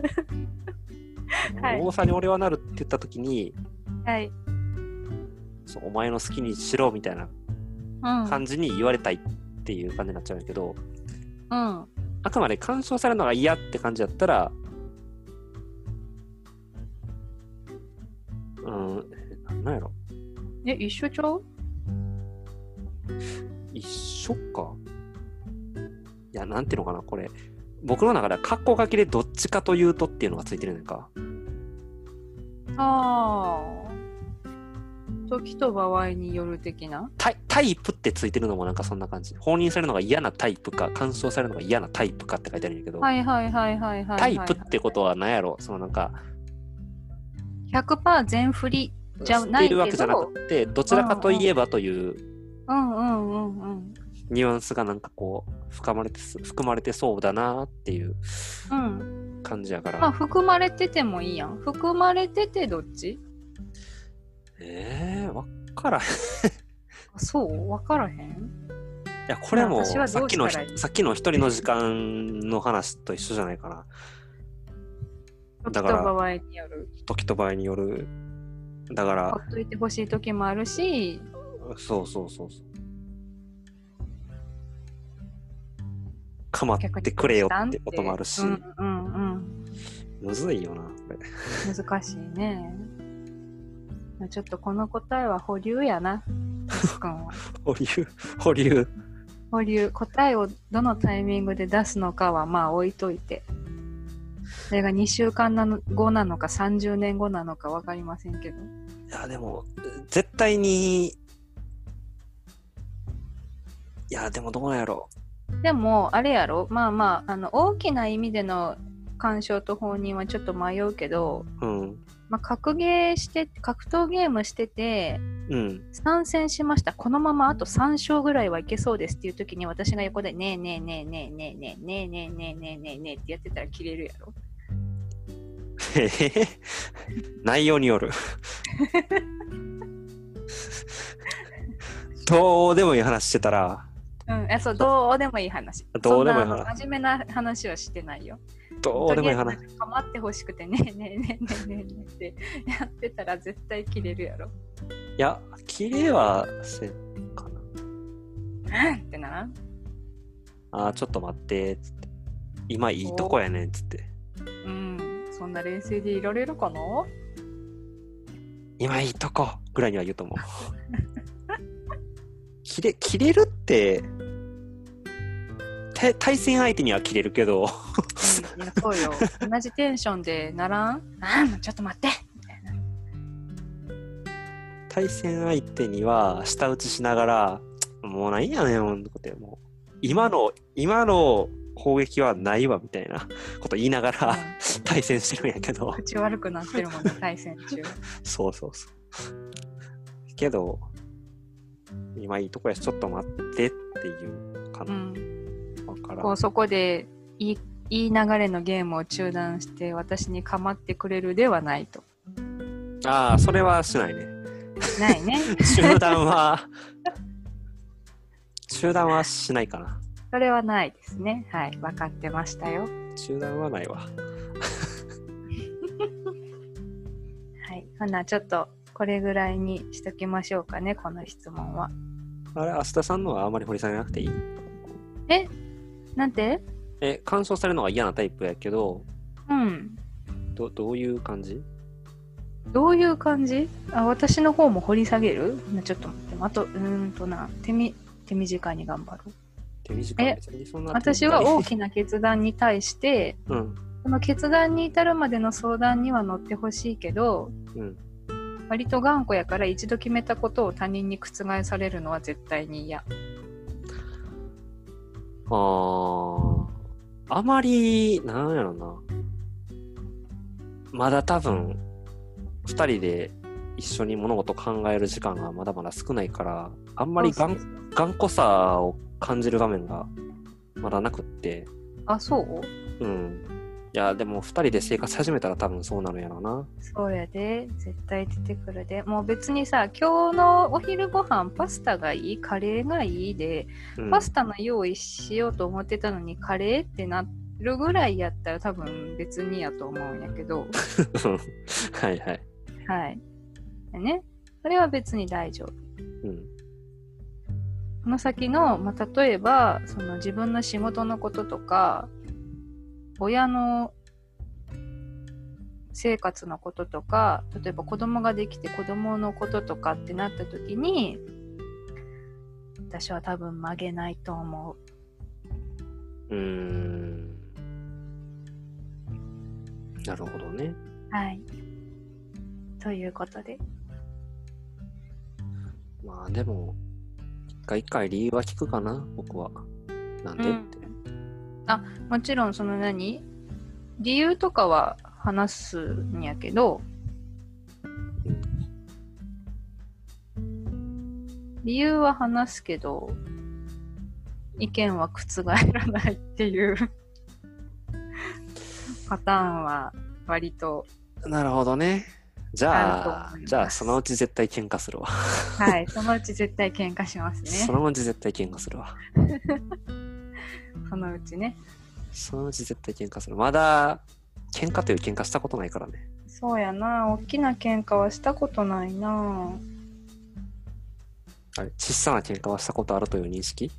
はい、お坊さんに俺はなるって言った時に、 はい、 そうお前の好きにしろみたいな感じに言われたいっていう感じになっちゃうんだけど、 うん、 あくまで干渉されるのが嫌って感じだったら、うん、なんやろ。 え、一緒ちゃう？ 一緒か。いや、なんていうのかな、これ。僕の中では、カッコ書きでどっちかというとっていうのがついてるのか。 ああ。時と場合による的なタイ、タイプってついてるのもなんかそんな感じ。放任されるのが嫌なタイプか、干渉されるのが嫌なタイプかって書いてあるんだけど。 はいはいはいはいはい、はい。 タイプってことは何やろ、そのなんか。 ひゃくパーセント 全振りじゃないけど。 るわけじゃなくて、どちらかといえばという。 うんうんうんうん。 ニュアンスがなんかこう含まれて含まれてそうだなっていう感じやから、 うん、まあ含まれててもいいやん。含まれててどっち？ えー、分からへんそう分からへん。いやこれもさっきのさっきの一人の時間の話と一緒じゃないかな。 だから時と場合による。 時と場合による。だからほっといてほしい時もあるし。 そうそうそうそう。構ってくれよってこともあるし、うんうんうん、むずいよなこれ。難しいね。ちょっとこの答えは保留やな。 保留保留保留。答えをどのタイミングで出すのかはまあ置いといて。それがにしゅうかんごなのかさんじゅうねんごなのか分かりませんけど。 いやでも絶対にいやでもどうなんやろ。 でもあれやろ、まあまあ、あの大きな意味での干渉と放任はちょっと迷うけど、 うんまあ、格ゲーして格闘ゲームしてて、 うん、 参戦しました、このままあとさん勝ぐらいはいけそうですっていう時に私が横でねえねえねえねえねえねえねえねえねえねえねえねえってやってたらキレるやろ。 へへ内容によるどうでもいい話してたら、 うん、えそうどうでもいい話。 どうでもいい話。 そんな真面目な話はしてないよ。 どうでもいい話。 かまってほしくてねえねえねえねえねえってやってたら絶対切れるやろ。 いや、切れはせんかな。うんってな。 あーちょっと待ってつって。今いいとこやねんつって。 うん。そんな冷静でいられるかな？ 今いいとこぐらいには言うと思う。切れ、切れるって対戦相手には切れるけど、 うん、いやそうよ。同じテンションでならん？あーちょっと待ってみたいな。 対戦相手には舌打ちしながらもうなんやねんってもう今の今の攻撃はないわみたいなこと言いながら、うん、対戦してるんやけど口悪くなってるもんね対戦中。 そうそうそうけど今いいとこやしちょっと待ってっていうかな、うん、 こうそこでいいいい流れのゲームを中断して私に構ってくれるではないと。 ああ、それはしないね。 ないね。 中断は、中断はしないかな。 それはないですね。はい、分かってましたよ。 中断はないわ。 はい、ほなちょっとこれぐらいにしときましょうかね、この質問は。 あれ、芦田さんのはあまり掘り下げなくていい？ え、なんて？ え、干渉されるのが嫌なタイプやけど、 うん。 ど、どういう感じ？ どういう感じ？あ、私の方も掘り下げる？ちょっと待って、あと、うーんとな、手み、手短に頑張ろう。 手短い別にそんな手短い。 私は大きな決断に対して、 うん、 その決断に至るまでの相談には乗ってほしいけど、 うん、 割と頑固やから一度決めたことを他人に覆されるのは絶対に嫌。 あー、あまり、なんやろな。まだ多分、二人で一緒に物事を考える時間がまだまだ少ないから、あんまり頑頑固さを感じる場面がまだなくって。 あ、そう？ うん。いや、でも二人で生活始めたら多分そうなるんやろうな。 そうやで、絶対出てくるで。もう別にさ、今日のお昼ご飯パスタがいい、カレーがいいで、 うん、 パスタの用意しようと思ってたのにカレーってなるぐらいやったら多分別にやと思うんやけど。 はいはい。 はい。でね、それは別に大丈夫。 うん。 この先の、まあ、例えばその自分の仕事のこととか、親の生活のこととか、例えば子供ができて子供のこととかってなった時に、私は多分曲げないと思う。うーん。なるほどね。 はい。ということで。 まあでも、一回一回理由は聞くかな、僕は。なんで、うん、って。 あ、もちろんその何？理由とかは話すんやけど、うん、理由は話すけど、意見は覆らないっていうパターンは割と。 なるほどね。じゃあ、じゃあそのうち絶対喧嘩するわ。 はい、そのうち絶対喧嘩しますね。 そのうち絶対喧嘩するわ。 そのうちね。 そのうち絶対喧嘩する。まだ喧嘩という喧嘩したことないからね。 そうやな、大きな喧嘩はしたことないな。 あれ、小さな喧嘩はしたことあるという認識？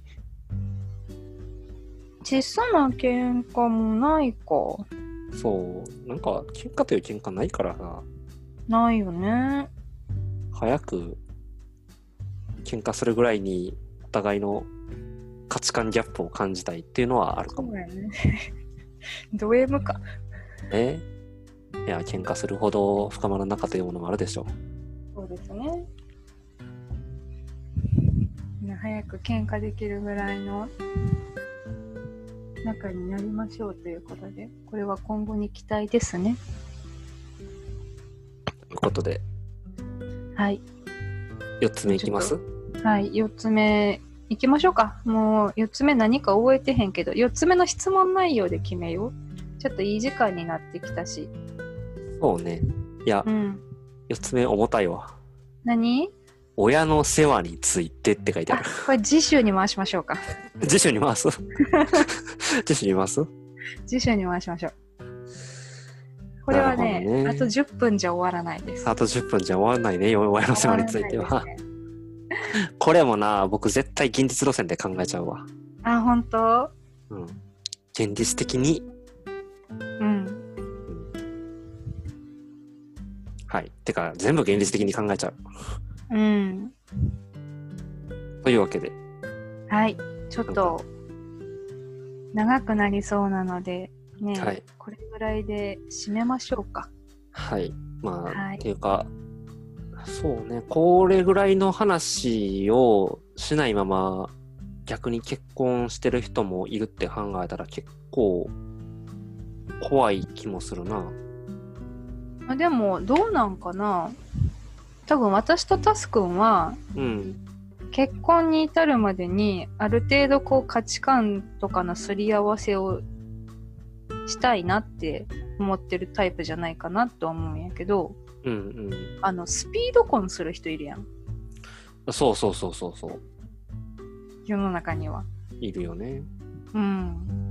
小さな喧嘩もないか。 そう、なんか喧嘩という喧嘩ないからな。 ないよね。 早く喧嘩するぐらいにお互いの価値観ギャップを感じたいっていうのはあるかも。 そうやね。ド M か。 え？いや、喧嘩するほど深まる仲というものもあるでしょう。 そうですね。早く喧嘩できるぐらいの仲になりましょうということで、これは今後に期待ですね。 ということで、 はい。 よっつめいきます？ はい、よっつめいきましょうか。もうよっつめ何か覚えてへんけど、よっつめの質問内容で決めよう。ちょっといい時間になってきたし。 そうね。いや、うん、よっつめ重たいわ。 何？ 親の世話についてって書いてある。 あ、これ次週に回しましょうか。 次週に回す次週に回す次週に回しましょう。これは ね, ねあとじゅっぷんじゃ終わらないです。 あとじゅっぷんじゃ終わらないね、親の世話については。ね、これもな、僕絶対現実路線で考えちゃうわ。 あ、本当？ うん。現実的に。 うん。うん、 はい。てか、全部現実的に考えちゃう。 うん。 というわけで。 はい。ちょっと、長くなりそうなので、ね、はい、これぐらいで締めましょうか。 はい。まあ、はい、っていうか、そうね、これぐらいの話をしないまま、逆に結婚してる人もいるって考えたら結構怖い気もするな。 あ、でも、どうなんかな。多分私とタスくんは、うん、結婚に至るまでにある程度こう価値観とかのすり合わせをしたいなって思ってるタイプじゃないかなと思うんやけど、 うんうん。 あのスピード婚する人いるやん。 そうそうそうそうそう。 世の中には。 いるよね。 うん。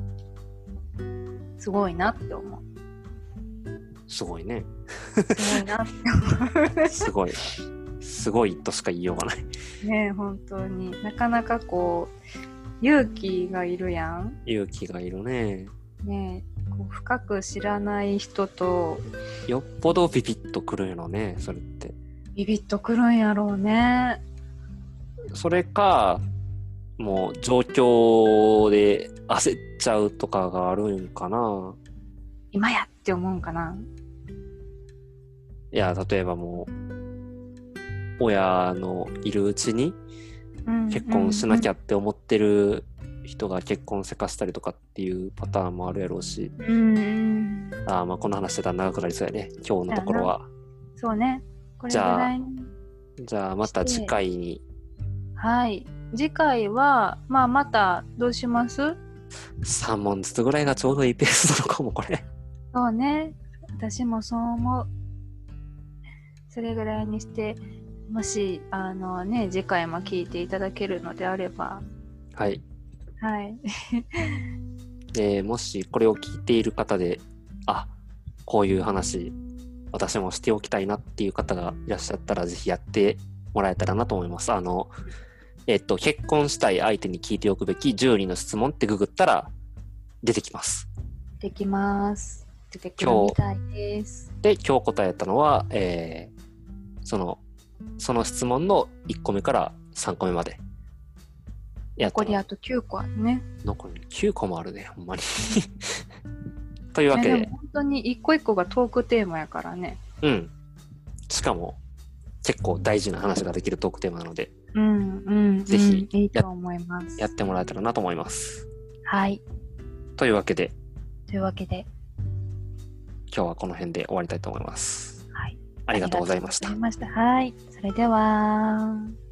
すごいなって思う。 すごいね。 すごいなって思う。 すごい。すごいとしか言いようがない。 ねえ、本当に。なかなかこう、勇気がいるやん。 勇気がいるね。 ねえ、こう深く知らない人と。 よっぽどビビッとくるんやろね、それって。 ビビッとくるんやろうね。 それか、もう状況で焦っちゃうとかがあるんかな。 今やって思うんかな。 いや、例えばもう、親のいるうちに結婚しなきゃって思ってる人が結婚せかしたりとかっていうパターンもあるやろうし、 うんうん、 あまあこの話してたら長くなりそうやね、今日のところは。 そうね、これぐらいに。 じゃあ、じゃあまた次回に。 はい、次回は、まあまたどうします？ さんもんずつぐらいがちょうどいいペースなのかも、これ。 そうね、私もそう思う。それぐらいにして、もしあのね次回も聞いていただけるのであれば、 はいはいでもしこれを聞いている方で、あ、こういう話私もしておきたいなっていう方がいらっしゃったら、ぜひやってもらえたらなと思います。あのえっと結婚したい相手に聞いておくべきじゅうにの質問ってググったら出てきます。 できます。出てくるみたいです。 で、今日答えたのは、えー、そのその質問のいっこめからさんこめまでやった。 残りあときゅうこあるね。 残りきゅうこもあるね、ほんまに。というわけで、 でも本当に一個一個がトークテーマやからね。 うん。しかも結構大事な話ができるトークテーマなので、 うんうん、 ぜひ、 うん、いいと思います。 やってもらえたらなと思います。 はい。 というわけで、 というわけで、 今日はこの辺で終わりたいと思います。 はい。 ありがとうございました。 ありがとうございました。はい。それでは。